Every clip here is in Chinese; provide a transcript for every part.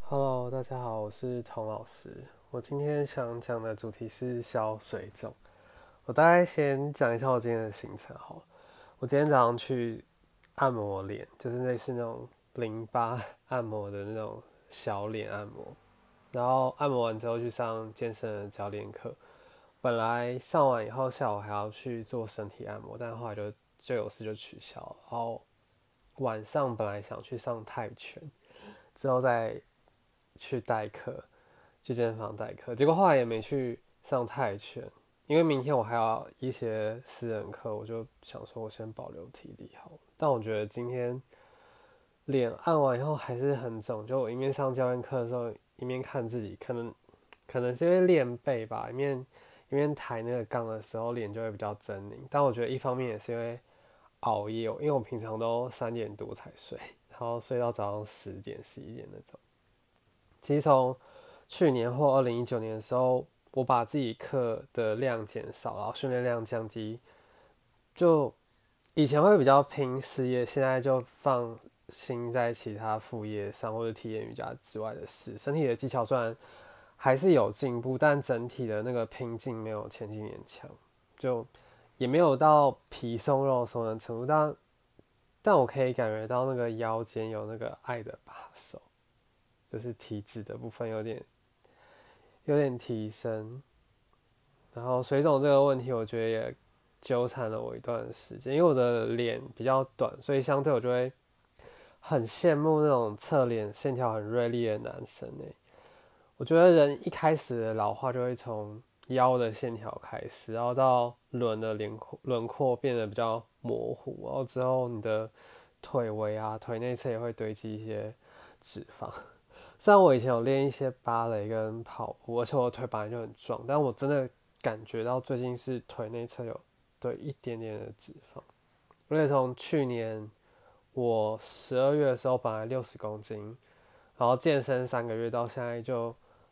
Hello，大家好，我是童老师。我今天想讲的主题是消水肿。我大概先讲一下我今天的行程好了。我今天早上去按摩脸，就是类似那种淋巴按摩的那种小脸按摩。然后按摩完之后去上健身的教练课。本来上完以后下午还要去做身体按摩，但后来就有事就取消了。然后晚上本来想去上泰拳，之后再去代课，去健身房代课，结果后来也没去上泰拳，因为明天我还要一些私人课，我就想说我先保留体力好了。但我觉得今天脸按完以后还是很肿，就我一面上教练课的时候，一面看自己，可能是因为练背吧，一面抬那个杠的时候脸就会比较狰狞。但我觉得一方面也是因为熬夜，因为我平常都3点多才睡，然后睡到早上10点、11点那种。其实从去年或2019年的时候，我把自己课的量减少，然后训练量降低，就以前会比较拼事业，现在就放心在其他副业上或者体验瑜伽之外的事。身体的技巧虽然还是有进步，但整体的那个拼劲没有前几年强，就也没有到皮松肉松的程度，但我可以感觉到那个腰间有那个爱的把手，就是体脂的部分有点提升。然后水肿这个问题，我觉得也纠缠了我一段时间，因为我的脸比较短，所以相对我就会很羡慕那种侧脸线条很锐利的男生我觉得人一开始的老化就会从腰的线条开始，然后到轮的轮廓变得比较模糊，然后之后你的腿围啊、腿内侧也会堆积一些脂肪。虽然我以前有练一些芭蕾跟跑步，而且我的腿本来就很壮，但我真的感觉到最近是腿内侧有对一点点的脂肪。而且从去年我12月的时候本来60公斤，然后健身3个月到现在就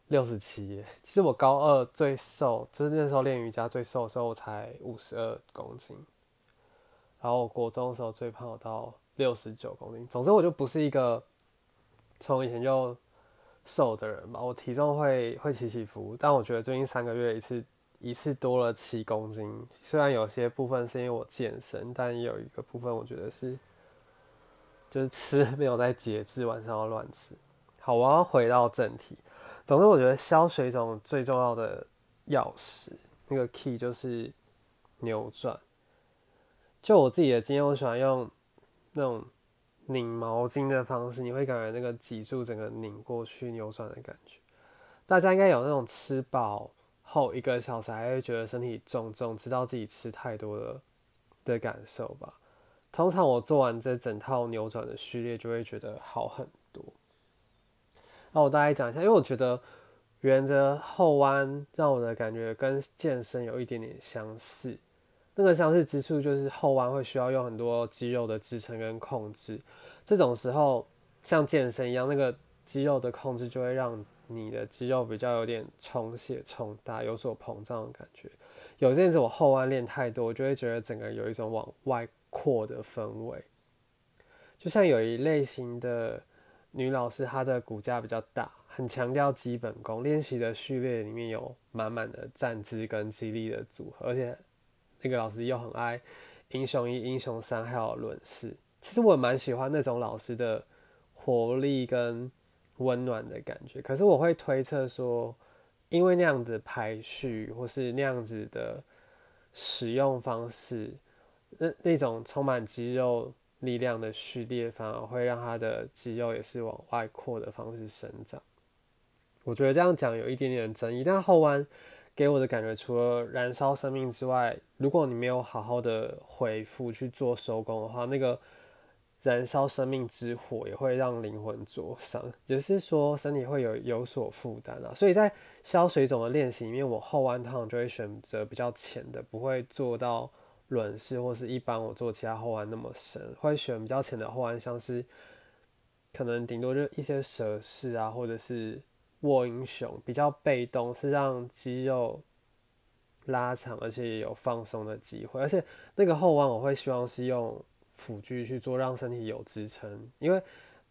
67耶。其实我高二最瘦，就是那时候练瑜伽最瘦的时候，我才52公斤。然后我国中的时候最胖有到69公斤。总之我就不是一个从以前就瘦的人吧，我体重会起起伏，但我觉得最近3个月一次多了7公斤。虽然有些部分是因为我健身，但也有一个部分我觉得是就是吃没有在节制，晚上要乱吃。好，我要回到正题。总之，我觉得消水肿最重要的钥匙，那个 key 就是扭转。就我自己的经验，我喜欢用那种拧毛巾的方式，你会感觉那个脊柱整个拧过去扭转的感觉。大家应该有那种吃饱后1个小时还会觉得身体重重，知道自己吃太多了的感受吧。通常我做完这整套扭转的序列，就会觉得好很多。那我大概讲一下，因为我觉得原则后弯让我的感觉跟健身有一点点相似。那个相似之处就是后弯会需要用很多肌肉的支撑跟控制，这种时候像健身一样，那个肌肉的控制就会让你的肌肉比较有点充血、充大、有所膨胀的感觉。有阵子我后弯练太多，我就会觉得整个有一种往外扩的氛围。就像有一类型的女老师，她的骨架比较大，很强调基本功，练习的序列里面有满满的站姿跟肌力的组合，而且那个老师又很爱英雄一、英雄三还有轮式。其实我蛮喜欢那种老师的活力跟温暖的感觉，可是我会推测说，因为那样的排序或是那样子的使用方式，那种充满肌肉力量的序列，反而会让他的肌肉也是往外扩的方式生长。我觉得这样讲有一点点争议，但后弯给我的感觉，除了燃烧生命之外，如果你没有好好的回复去做收工的话，那个燃烧生命之火也会让灵魂灼伤，只是说身体会有所负担啊。所以在消水肿的练习里面，我后弯通常就会选择比较浅的，不会做到轮式或是一般我做其他后弯那么深，会选比较浅的后弯，像是可能顶多就一些蛇式啊，或者是卧英雄，比较被动，是让肌肉拉长，而且也有放松的机会。而且那个后弯我会希望是用辅具去做，让身体有支撑，因为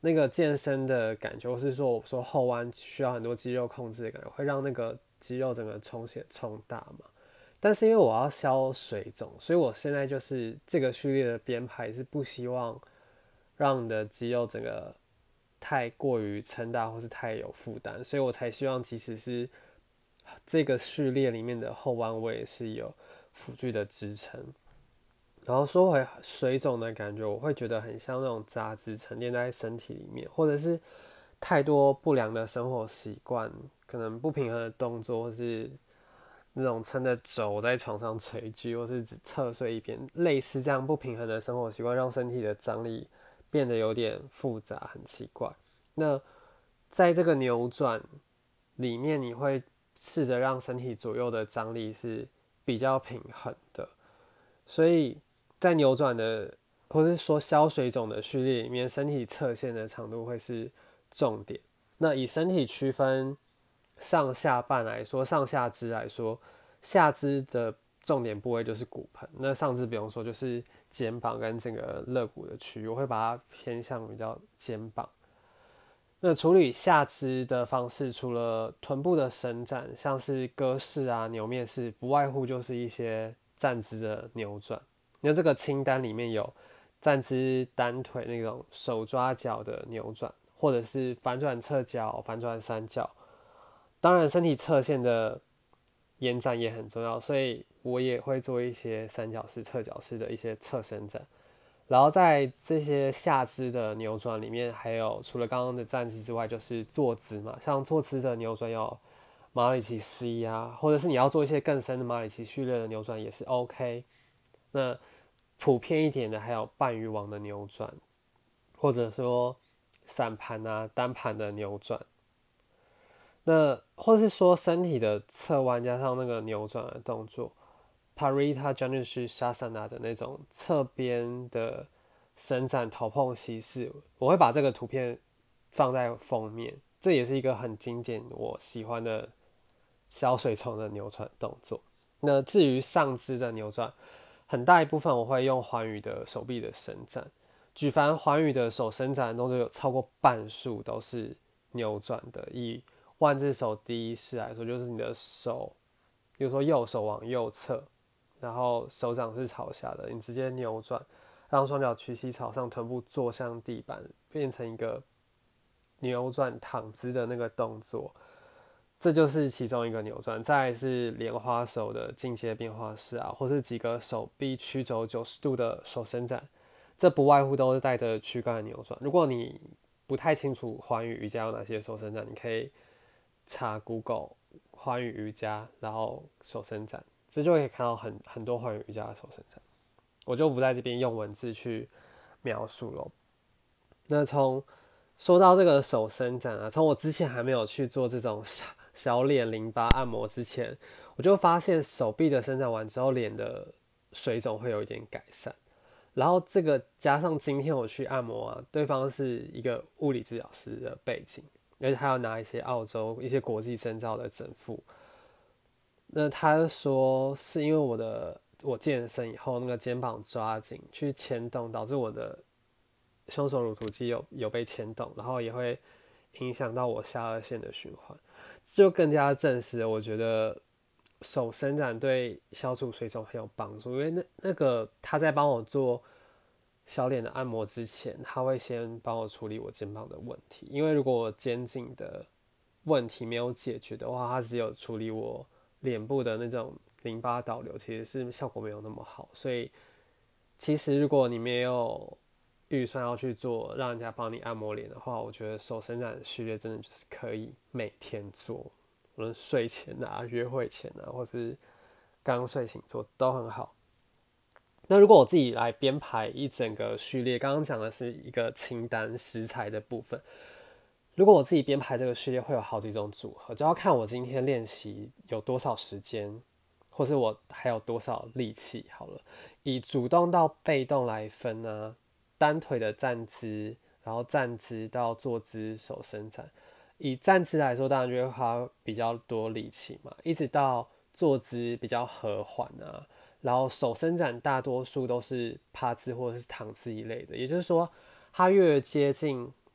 那个健身的感觉，或是说我说后弯需要很多肌肉控制的感觉，会让那个肌肉整个充血充大嘛。但是因为我要消水肿，所以我现在就是这个序列的编排是不希望让你的肌肉整个太过于撑大或是太有负担，所以我才希望即使是这个序列里面的后弯位是有辅具的支撑。然后说回水肿的感觉，我会觉得很像那种杂质沉淀在身体里面，或者是太多不良的生活习惯，可能不平衡的动作，或是那种撑着肘在床上垂居，或是只侧睡一边，类似这样不平衡的生活习惯，让身体的张力变得有点复杂，很奇怪。那在这个扭转里面，你会试着让身体左右的张力是比较平衡的，所以在扭转的或是说消水肿的序列里面，身体侧线的长度会是重点。那以身体区分上下半来说，上下肢来说，下肢的重点部位就是骨盆，那上肢不用说，就是肩膀跟这个肋骨的区域，我会把它偏向比较肩膀。那处理下肢的方式，除了臀部的伸展，像是鸽式啊、扭面式，不外乎就是一些站姿的扭转。那这个清单里面有站姿单腿那种手抓脚的扭转，或者是反转侧脚、反转三角。当然，身体侧线的延展也很重要，所以我也会做一些三角式、侧角式的一些侧伸展。然后在这些下肢的扭转里面，还有除了刚刚的站姿之外，就是坐姿嘛。像坐姿的扭转有马里奇 C 啊，或者是你要做一些更深的马里奇序列的扭转也是 OK。那普遍一点的还有半鱼网的扭转，或者说散盘啊、单盘的扭转。那或是说身体的侧弯加上那个扭转的动作 ，Parita Janushi Shasana 的那种侧边的伸展头碰膝式，我会把这个图片放在封面，这也是一个很经典我喜欢的小水虫的扭转动作。那至于上肢的扭转，很大一部分我会用环宇的手臂的伸展。举凡环宇的手伸展动作有超过半数都是扭转的。以万字手第一式来说，就是你的手，比如说右手往右侧，然后手掌是朝下的，你直接扭转，让双脚屈膝朝上，臀部坐向地板，变成一个扭转躺姿的那个动作。这就是其中一个扭转。再来是莲花手的进阶变化式啊，或是几个手臂曲肘90度的手伸展，这不外乎都是带着躯干的扭转。如果你不太清楚环宇瑜伽有哪些手伸展，你可以查 Google 环宇瑜伽，然后手伸展，这就可以看到很多环宇瑜伽的手伸展。我就不在这边用文字去描述了。那说到这个手伸展啊，从我之前还没有去做这种小脸淋巴按摩之前，我就发现手臂的伸展完之后，脸的水肿会有一点改善。然后这个加上今天我去按摩啊，对方是一个物理治疗师的背景，而且他要拿一些澳洲一些国际证照的整复。那他说是因为我健身以后那个肩膀抓紧去牵动，导致我的胸锁乳突肌有被牵动，然后也会影响到我下颚线的循环，就更加证实了我觉得手伸展对消除水肿很有帮助。因为那个他在帮我做小脸的按摩之前，他会先帮我处理我肩膀的问题，因为如果我肩颈的问题没有解决的话，他只有处理我脸部的那种淋巴导流，其实是效果没有那么好。所以其实如果你没有预算要去做让人家帮你按摩脸的话，我觉得手伸展的序列真的就是可以每天做，无论睡前啊、约会前啊，或是刚睡醒做都很好。那如果我自己来编排一整个序列，刚刚讲的是一个清单食材的部分。如果我自己编排这个序列，会有好几种组合，就要看我今天练习有多少时间，或是我还有多少力气。好了，以主动到被动来分啊，单腿的站姿，然后站姿到坐姿手伸展。以站姿来说，当然就会花比较多力气嘛，一直到坐姿比较和缓啊，然后手伸展大多数都是趴姿或者是躺姿一类的，也就是说，它越接近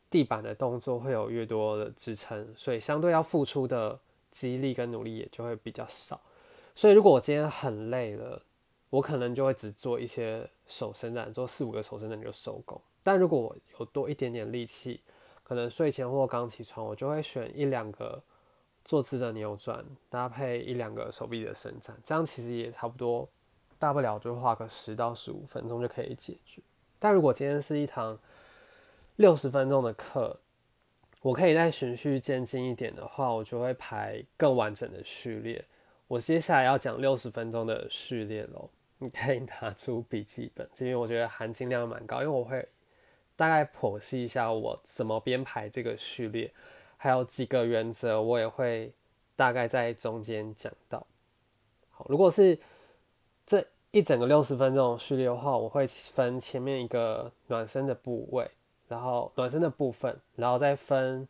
地板的动作会有越多的支撑，所以相对要付出的肌力跟努力也就会比较少。所以如果我今天很累了，我可能就会只做一些手伸展，做4-5个手伸展就收工。但如果我有多一点点力气，可能睡前或刚起床，我就会选1-2个坐姿的扭转，搭配1-2个手臂的伸展，这样其实也差不多，大不了就花个10到15分钟就可以解决。但如果今天是一堂60分钟的课，我可以再循序渐进一点的话，我就会排更完整的序列。我接下来要讲60分钟的序列咯，你可以拿出笔记本，因为我觉得含金量蛮高，因为我会大概剖析一下我怎么编排这个序列，还有几个原则，我也会大概在中间讲到。好，如果是这一整个60分钟的序列的话，我会分前面一个暖身的部位，然后暖身的部分，然后再分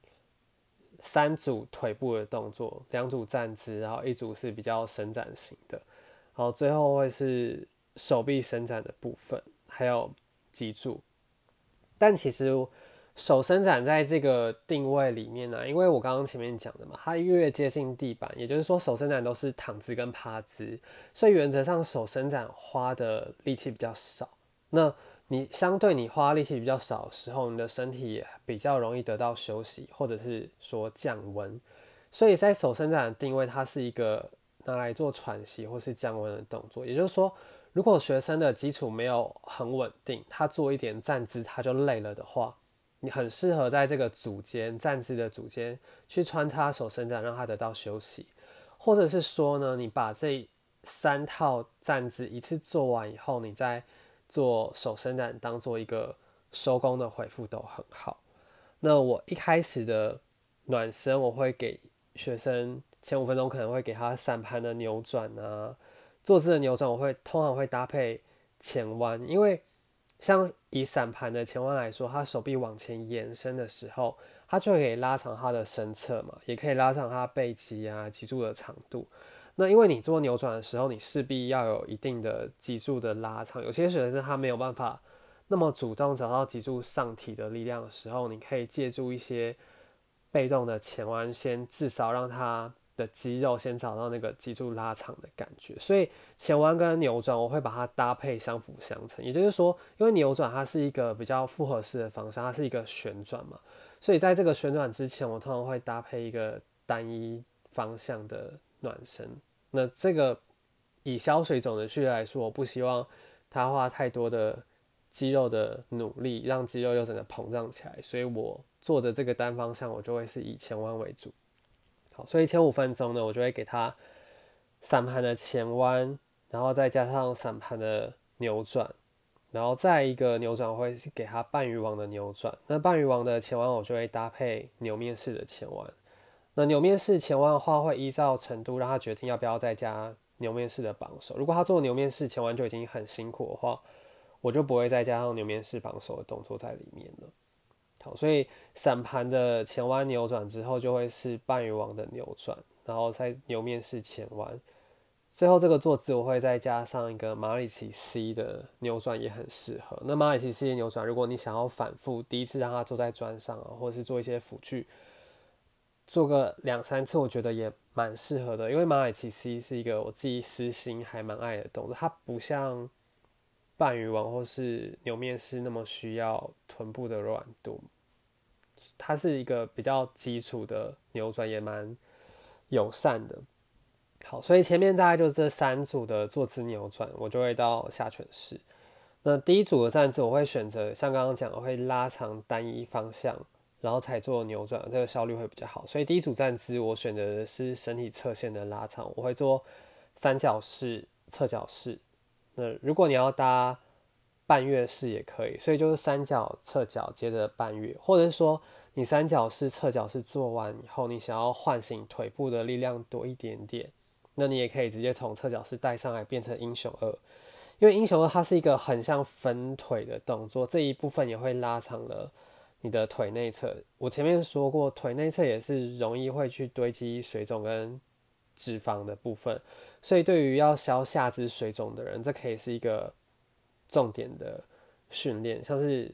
3组腿部的动作，2组站姿，然后1组是比较伸展型的，然后最后会是手臂伸展的部分，还有脊柱。但其实手伸展在这个定位里面呢，因为我刚刚前面讲的嘛，它越接近地板，也就是说手伸展都是躺姿跟趴姿，所以原则上手伸展花的力气比较少。那你相对你花力气比较少的时候，你的身体也比较容易得到休息，或者是说降温。所以在手伸展的定位，它是一个拿来做喘息或是降温的动作。也就是说，如果学生的基础没有很稳定，他做一点站姿他就累了的话，你很适合在这个组间站姿的组间去穿插手伸展，让他得到休息。或者是说呢，你把这3套站姿一次做完以后，你再做手伸展当做一个收工的回复都很好。那我一开始的暖身，我会给学生前5分钟可能会给他散盘的扭转啊，坐姿的扭转，我会通常会搭配前弯，因为像以散盘的前弯来说，他手臂往前延伸的时候，他就可以拉长他的身侧嘛，也可以拉长他背肌啊、脊柱的长度。那因为你做扭转的时候，你势必要有一定的脊柱的拉长，有些学生他没有办法那么主动找到脊柱上提的力量的时候，你可以借助一些被动的前弯，先至少让他的肌肉先找到那个脊柱拉长的感觉。所以前弯跟扭转我会把它搭配相辅相成，也就是说，因为扭转它是一个比较复合式的方向，它是一个旋转嘛，所以在这个旋转之前，我通常会搭配一个单一方向的暖身。那这个以消水肿的序列来说，我不希望它花太多的肌肉的努力，让肌肉又整个膨胀起来，所以我做的这个单方向，我就会是以前弯为主。好，所以前5分钟呢，我就会给它散盘的前弯，然后再加上散盘的扭转，然后再一个扭转我会给它半鱼王的扭转。那半鱼王的前弯我就会搭配扭面式的前弯。那扭面式前弯的话，会依照程度让他决定要不要再加扭面式的绑手。如果他做扭面式前弯就已经很辛苦的话，我就不会再加上扭面式绑手的动作在里面了。好，所以散盘的前弯扭转之后，就会是半鱼王的扭转，然后再扭面式前弯。最后这个坐姿我会再加上一个马里奇 C 的扭转，也很适合。那马里奇 C 的扭转，如果你想要反复第一次让他坐在砖上啊，或者是做一些辅具，做个2-3次，我觉得也蛮适合的。因为马里奇 C 是一个我自己私心还蛮爱的动作，它不像半鱼王或是扭面式那么需要臀部的软度，它是一个比较基础的扭转，也蛮友善的。好，所以前面大概就这3组的坐姿扭转，我就会到下犬式。那第一组的站姿，我会选择像刚刚讲，我会拉长单一方向，然后才做扭转，这个效率会比较好。所以第一组站姿，我选择的是身体侧线的拉长，我会做三角式、侧角式。那如果你要搭半月式也可以，所以就是三角、侧角接着半月，或者是说你三角式、侧角式做完以后，你想要唤醒腿部的力量多一点点，那你也可以直接从侧角式带上来变成英雄2。因为英雄2它是一个很像分腿的动作，这一部分也会拉长了你的腿内侧。我前面说过，腿内侧也是容易会去堆积水肿跟脂肪的部分，所以对于要消下肢水肿的人，这可以是一个重点的训练。像是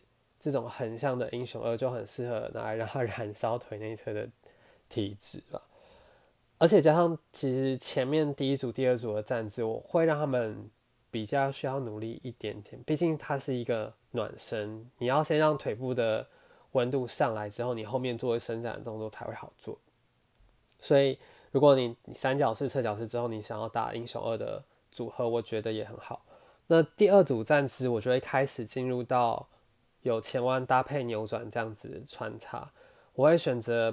这种横向的英雄二就很适合拿来让它燃烧腿内侧的体脂吧。而且加上其实前面第一组、第二组的站姿，我会让他们比较需要努力一点点，毕竟它是一个暖身，你要先让腿部的温度上来之后，你后面做伸展的动作才会好做。所以如果你三角式、侧角式之后，你想要打英雄二的组合，我觉得也很好。那第二组站姿，我就会开始进入到有前弯搭配扭转这样子穿插。我会选择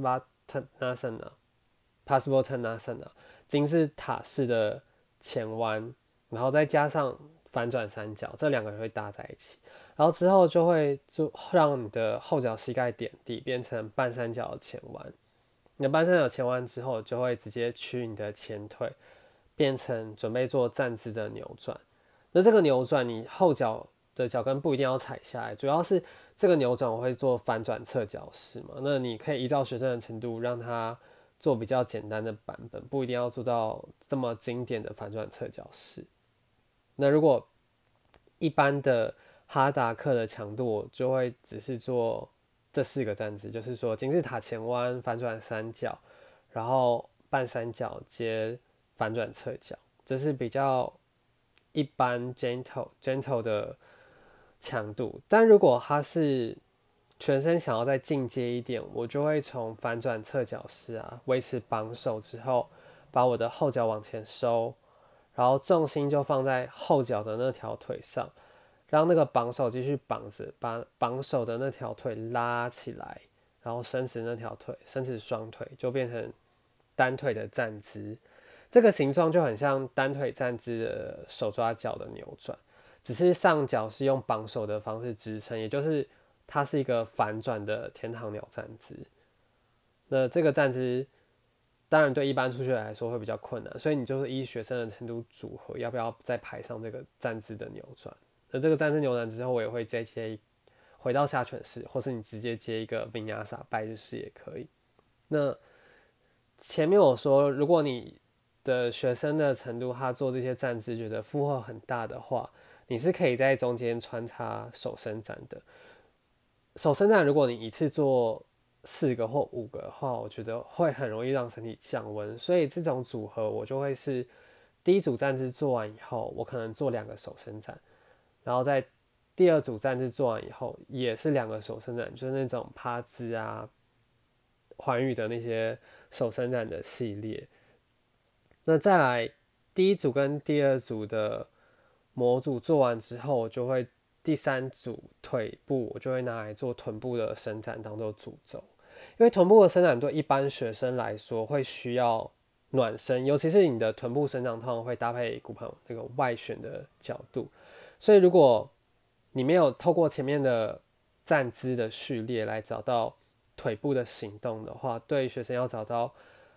Parsvottanasana 金字塔式的前弯，然后再加上反转三角，这两个人会搭在一起。然后之后就让你的后脚膝盖点地，变成半三角的前弯。你的半三角前弯之后，就会直接屈你的前腿，变成准备做站姿的扭转。那这个扭转，你后脚的脚跟不一定要踩下来，主要是这个扭转我会做反转侧脚式嘛。那你可以依照学生的程度，让他做比较简单的版本，不一定要做到这么经典的反转侧脚式。那如果一般的哈达克的强度，我就会只是做这4个站姿，就是说金字塔前弯、反转三角，然后半三角接反转侧脚，这是比较一般 gentle 的强度。但如果它是全身想要再进阶一点，我就会从反转侧脚式啊，维持绑手之后，把我的后脚往前收，然后重心就放在后脚的那条腿上，让那个绑手继续绑着，把绑手的那条腿拉起来，然后伸直那条腿，伸直双腿，就变成单腿的站姿。这个形状就很像单腿站姿的手抓脚的扭转，只是上脚是用绑手的方式支撑，也就是它是一个反转的天堂鸟站姿。那这个站姿当然对一般初学者来说会比较困难，所以你就是依学生的程度组合，要不要再排上这个站姿的扭转。那这个站姿扭转之后，我也会再接回到下犬式，或是你直接接一个 Vinyasa 拜日式也可以。那前面我说，如果你的学生的程度，他做这些站姿觉得负荷很大的话，你是可以在中间穿插手伸展的。手伸展，如果你一次做4个或5个的话，我觉得会很容易让身体降温，所以这种组合我就会是第一组站姿做完以后，我可能做2个手伸展，然后在第二组站姿做完以后，也是2个手伸展，就是那种趴姿啊、环宇的那些手伸展的系列。那再来第一组跟第二组的模组做完之后，我就会第3组腿部，我就会拿来做臀部的伸展当做主轴，因为臀部的伸展对一般学生来说会需要暖身，尤其是你的臀部伸展通常会搭配骨盆那个外旋的角度，所以如果你没有透过前面的站姿的序列来找到腿部的行动的话，对学生要找到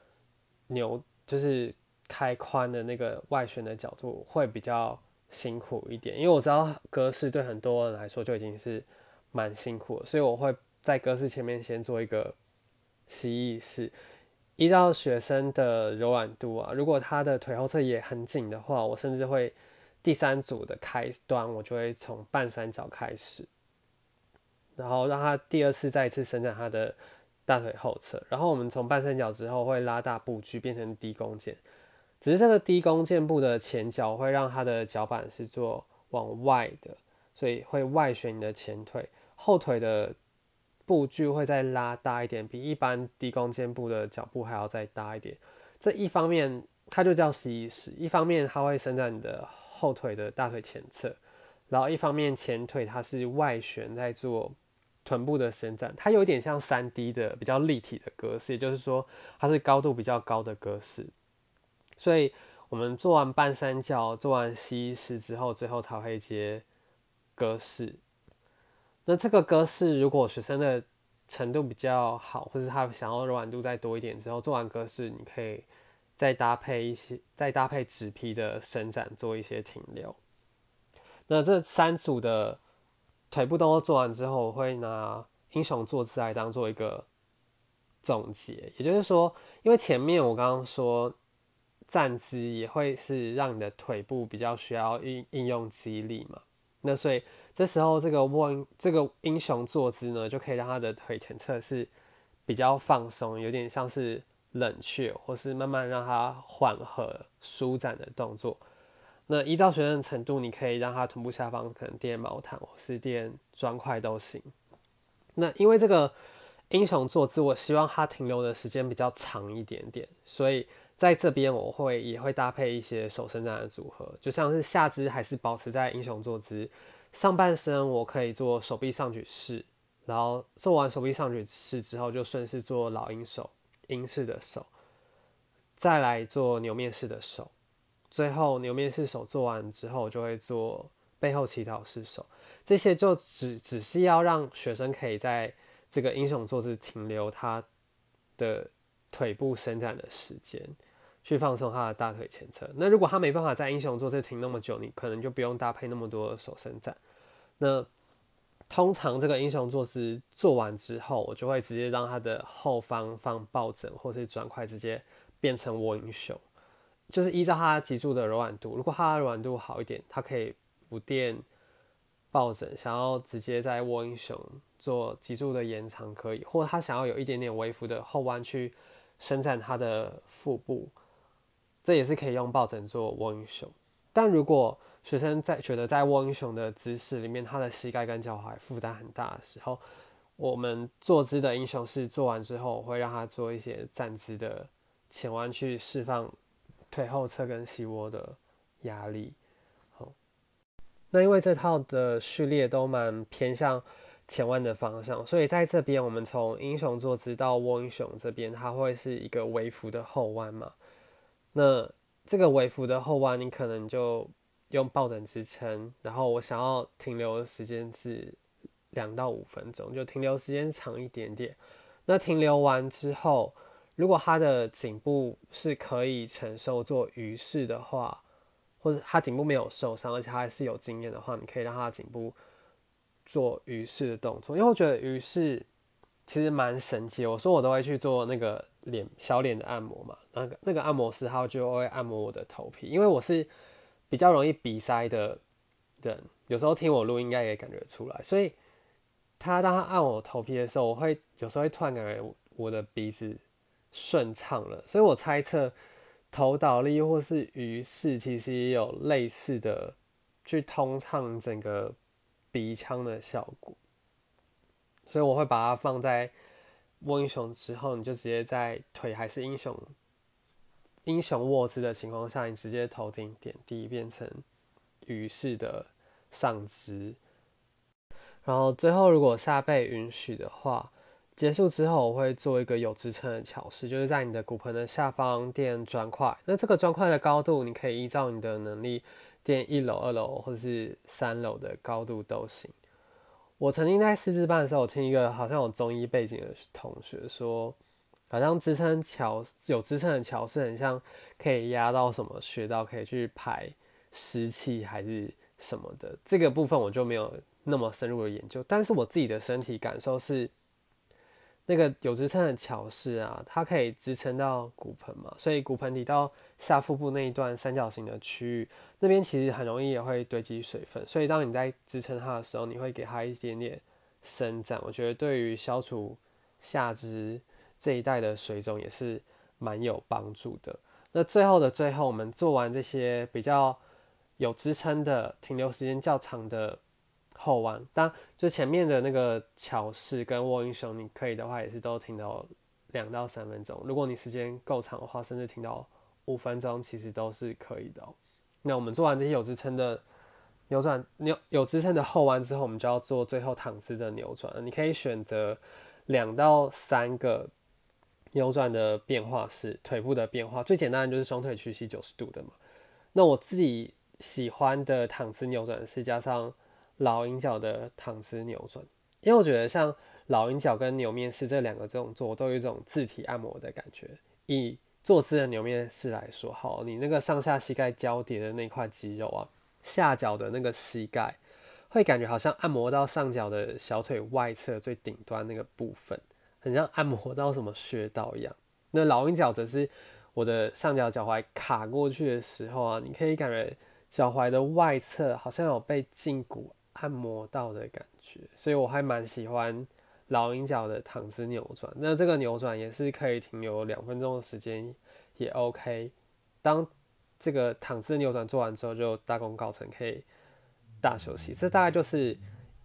就是开髋的那个外旋的角度会比较辛苦一点，因为我知道格式对很多人来说就已经是蛮辛苦的，所以我会在格式前面先做一个蜥蜴式，依照学生的柔软度啊，如果他的腿后侧也很紧的话，我甚至会第3组的开端，我就会从半三角开始，然后让他第2次再一次伸展他的大腿后侧，然后我们从半三角之后会拉大步距变成低弓箭，只是这个低弓箭步的前脚会让他的脚板是做往外的，所以会外旋你的前腿，后腿的步距会再拉大一点，比一般低弓箭步的脚步还要再大一点。这一方面它就叫蜥蜴式，一方面它会伸展你的后腿的大腿前侧，然后一方面前腿它是外旋在做臀部的伸展，它有点像3D 的比较立体的格式，也就是说它是高度比较高的格式。所以我们做完半三角、做完蜥蜴式之后，最后才会接鸽式。那这个鸽式，如果学生的程度比较好，或是他想要柔软度再多一点之后，做完鸽式，你可以再搭配纸皮的伸展，做一些停留。那这3组的腿部动作做完之后，我会拿英雄坐姿来当做一个总结，也就是说，因为前面我刚刚说站姿也会是让你的腿部比较需要应用肌力嘛， 那所以这时候这个英雄坐姿呢，就可以让他的腿前侧是比较放松，有点像是冷却，或是慢慢让它缓和舒展的动作。那依照学生的程度，你可以让他臀部下方可能垫毛毯或是垫砖块都行。那因为这个英雄坐姿，我希望它停留的时间比较长一点点，所以在这边也会搭配一些手伸展的组合，就像是下肢还是保持在英雄坐姿，上半身我可以做手臂上举式，然后做完手臂上举式之后，就顺势做老鹰手、鹰式的手，再来做牛面式的手，最后牛面式手做完之后，就会做背后祈祷式手，这些就只是要让学生可以在这个英雄坐姿停留他的腿部伸展的时间，去放松他的大腿前侧。那如果他没办法在英雄坐姿停那么久，你可能就不用搭配那么多的手伸展。那通常这个英雄坐姿做完之后，我就会直接让他的后方放抱枕或是砖块，直接变成窝英雄。就是依照他脊柱的柔软度，如果他的柔软度好一点，他可以不垫抱枕，想要直接在窝英雄做脊柱的延长可以，或者他想要有一点点微幅的后弯去伸展他的腹部，这也是可以用抱枕做窝英雄。但如果学生觉得在窝英雄的姿势里面，他的膝盖跟脚踝负担很大的时候，我们坐姿的英雄式做完之后，我会让他做一些站姿的前弯去释放腿后侧跟膝窝的压力。那因为这套的序列都蛮偏向前弯的方向，所以在这边我们从英雄坐姿到窝英雄这边，它会是一个微幅的后弯嘛。那这个微幅的后弯，你可能就用抱枕支撑，然后我想要停留的时间是2到5分钟，就停留时间长一点点。那停留完之后，如果他的颈部是可以承受做鱼式的话，或者他颈部没有受伤，而且他还是有经验的话，你可以让他的颈部做鱼式的动作。因为我觉得鱼式其实蛮神奇的，我说我都会去做那个小脸的按摩嘛，那个按摩师他就会按摩我的头皮，因为我是比较容易鼻塞的人，有时候听我录应该也感觉出来，所以当他按我头皮的时候，有时候会突然感觉我的鼻子顺畅了，所以我猜测头倒立或是鱼式其实也有类似的去通畅整个鼻腔的效果，所以我会把它放在握英雄之后，你就直接在腿还是英雄握姿的情况下，你直接头顶点地变成鱼式的上肢，然后最后如果下背允许的话，结束之后我会做一个有支撑的桥式，就是在你的骨盆的下方垫砖块。那这个砖块的高度，你可以依照你的能力垫1楼、2楼或者是3楼的高度都行。我曾经在师资班的时候，我听一个好像有中医背景的同学说，好像有支撑的桥是很像可以压到什么穴道，可以去排湿气还是什么的。这个部分我就没有那么深入的研究，但是我自己的身体感受是，那个有支撑的桥式啊，它可以支撑到骨盆嘛，所以骨盆底到下腹部那一段三角形的区域，那边其实很容易也会堆积水分，所以当你在支撑它的时候，你会给它一点点伸展，我觉得对于消除下肢这一带的水肿也是蛮有帮助的。那最后的最后，我们做完这些比较有支撑的、停留时间较长的后弯，就前面的那个桥式跟握英雄，你可以的话也是都停到2到3分钟。如果你时间够长的话，甚至停到5分钟，其实都是可以的哦。那我们做完这些有支撑的有支撑的后弯之后，我们就要做最后躺姿的扭转。你可以选择2到3个扭转的变化式，腿部的变化最简单的就是双腿屈膝90度的嘛。那我自己喜欢的躺姿扭转是加上老鹰脚的躺姿扭转，因为我觉得像老鹰脚跟牛面式这2个动作都有一种自体按摩的感觉。以坐姿的牛面式来说，好，你那个上下膝盖交叠的那块肌肉啊，下脚的那个膝盖，会感觉好像按摩到上脚的小腿外侧最顶端那个部分，很像按摩到什么穴道一样。那老鹰脚则是我的上脚脚踝卡过去的时候啊，你可以感觉脚踝的外侧好像有被胫骨按摩到的感觉，所以我还蛮喜欢老鹰脚的躺姿扭转。那这个扭转也是可以停留2分钟的时间，也 OK。当这个躺姿扭转做完之后，就大功告成，可以大休息。这大概就是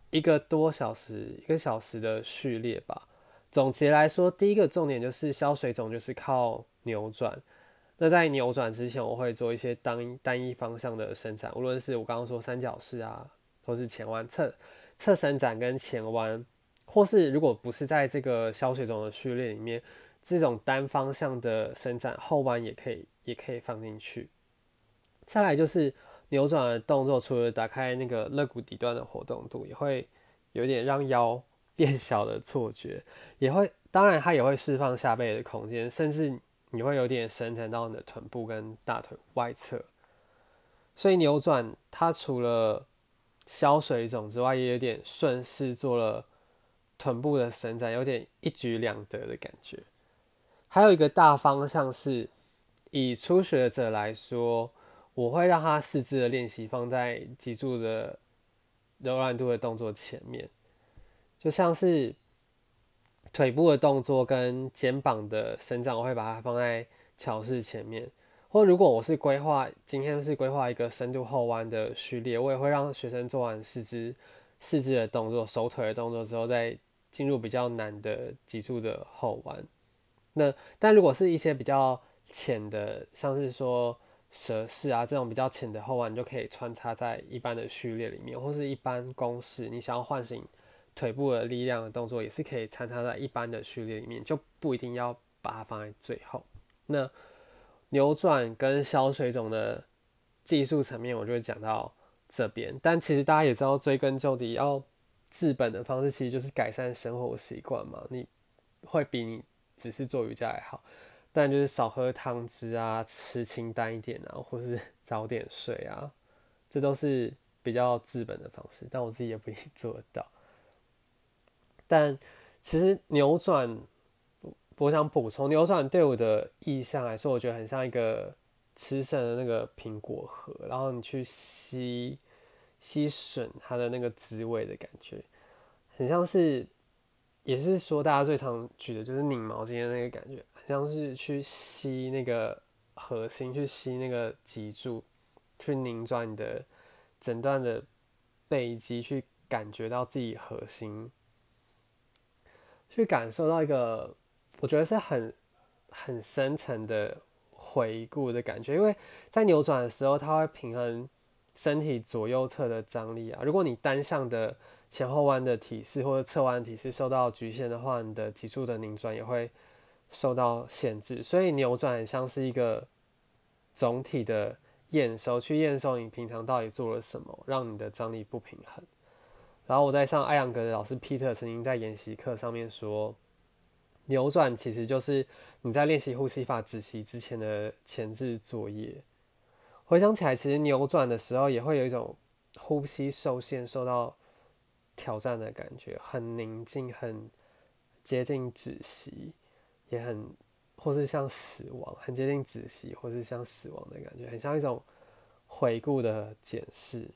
1个小时的序列吧。总结来说，第一个重点就是消水肿，就是靠扭转。那在扭转之前，我会做一些单一方向的伸展，无论是我刚刚说三角式啊，或是前弯、侧伸展跟前弯，或是如果不是在这个消水肿的序列里面，这种单方向的伸展后弯也可以放进去。再来就是扭转的动作，除了打开那个肋骨底端的活动度，也会有点让腰变小的错觉，当然它也会释放下背的空间，甚至你会有点伸展到你的臀部跟大腿外侧。所以扭转它除了消水肿之外，也有点顺势做了臀部的伸展，有点一举两得的感觉。还有一个大方向是，以初学者来说，我会让他四肢的练习放在脊柱的柔软度的动作前面，就像是腿部的动作跟肩膀的伸展，我会把它放在桥式前面。或如果我是今天是规划一个深度后弯的序列，我也会让学生做完四肢的动作、手腿的动作之后，再进入比较难的脊柱的后弯。但如果是一些比较浅的，像是说蛇式啊这种比较浅的后弯，你就可以穿插在一般的序列里面，或是一般公式，你想要唤醒腿部的力量的动作，也是可以穿插在一般的序列里面，就不一定要把它放在最后。那扭转跟消水肿的技术层面，我就会讲到这边。但其实大家也知道，追根究底，要治本的方式其实就是改善生活习惯嘛。你会比你只是做瑜伽还好，但就是少喝汤汁啊，吃清淡一点啊，或是早点睡啊，这都是比较治本的方式。但我自己也不一定做得到。但其实扭转，我想补充，扭转对我的意象来说，我觉得很像一个吃剩的那个苹果核，然后你去吸吮它的那个滋味的感觉，很像是，也是说大家最常举的就是拧毛巾的那个感觉，很像是去吸那个核心，去吸那个脊柱，去拧转你的整段的背肌，去感觉到自己核心，去感受到一个我觉得是很深层的回顾的感觉，因为在扭转的时候，它会平衡身体左右侧的张力啊。如果你单向的前后弯的体式或者侧弯的体式受到局限的话，你的脊柱的拧转也会受到限制。所以扭转很像是一个总体的验收，去验收你平常到底做了什么，让你的张力不平衡。然后我在上艾扬格的老师 Peter 曾经在研习课上面说，扭转其实就是你在练习呼吸法止息之前的前置作业。回想起来，其实扭转的时候也会有一种呼吸受限、受到挑战的感觉，很宁静，很接近止息，也很或是像死亡，很接近止息，或是像死亡的感觉，很像一种回顾的检视。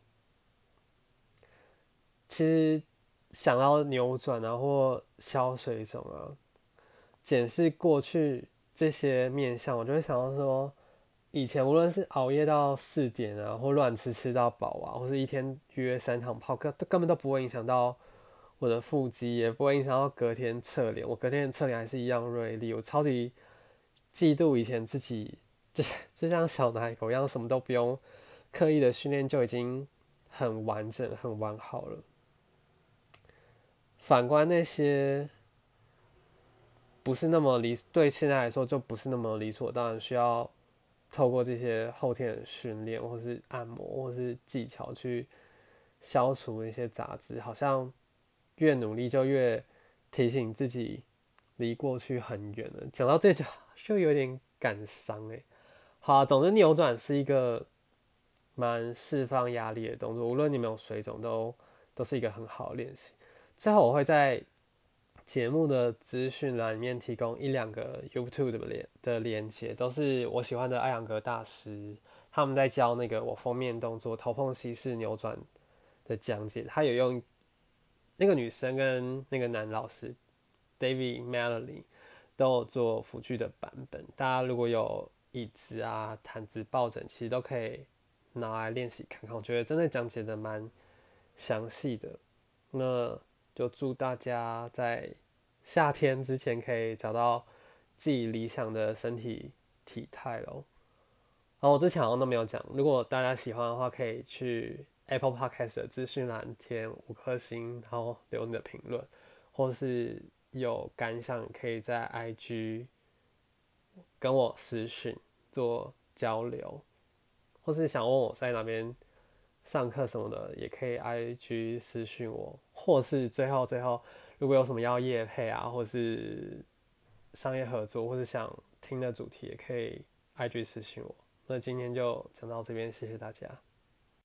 其实想要扭转啊，或消水肿啊，检视过去这些面向，我就会想到说，以前无论是熬夜到4点啊，或乱吃到饱啊，或是一天约3场炮，根本都不会影响到我的腹肌，也不会影响到隔天侧脸。我隔天的侧脸还是一样锐利。我超级嫉妒以前自己，就像小奶狗一样，什么都不用刻意的训练，就已经很完整、很完好了。反观那些不是那么对现在来说就不是那么理所当然，需要透过这些后天的训练，或是按摩，或是技巧去消除一些杂质，好像越努力就越提醒自己离过去很远了。讲到这就有点感伤哎。好啊，总之扭转是一个蛮释放压力的动作，无论你有没有水肿都是一个很好的练习。最后我会再节目的资讯栏里面提供一两个 YouTube 的连接，都是我喜欢的艾扬格大师，他们在教那个我封面动作头碰西式扭转的讲解，他有用那个女生跟那个男老师 David Melody 都有做辅具的版本，大家如果有椅子啊、毯子、抱枕，其实都可以拿来练习看看，我觉得真的讲解的蛮详细的。那就祝大家在夏天之前可以找到自己理想的身体体态咯。然后我之前好像都没有讲，如果大家喜欢的话，可以去 Apple Podcast 的资讯栏填5颗星，然后留你的评论，或是有感想可以在 IG 跟我私讯做交流，或是想问我在哪边上课什么的，也可以 IG 私讯我，或是最后，如果有什么要业配啊，或是商业合作，或是想听的主题，也可以 IG 私讯我。那今天就讲到这边，谢谢大家。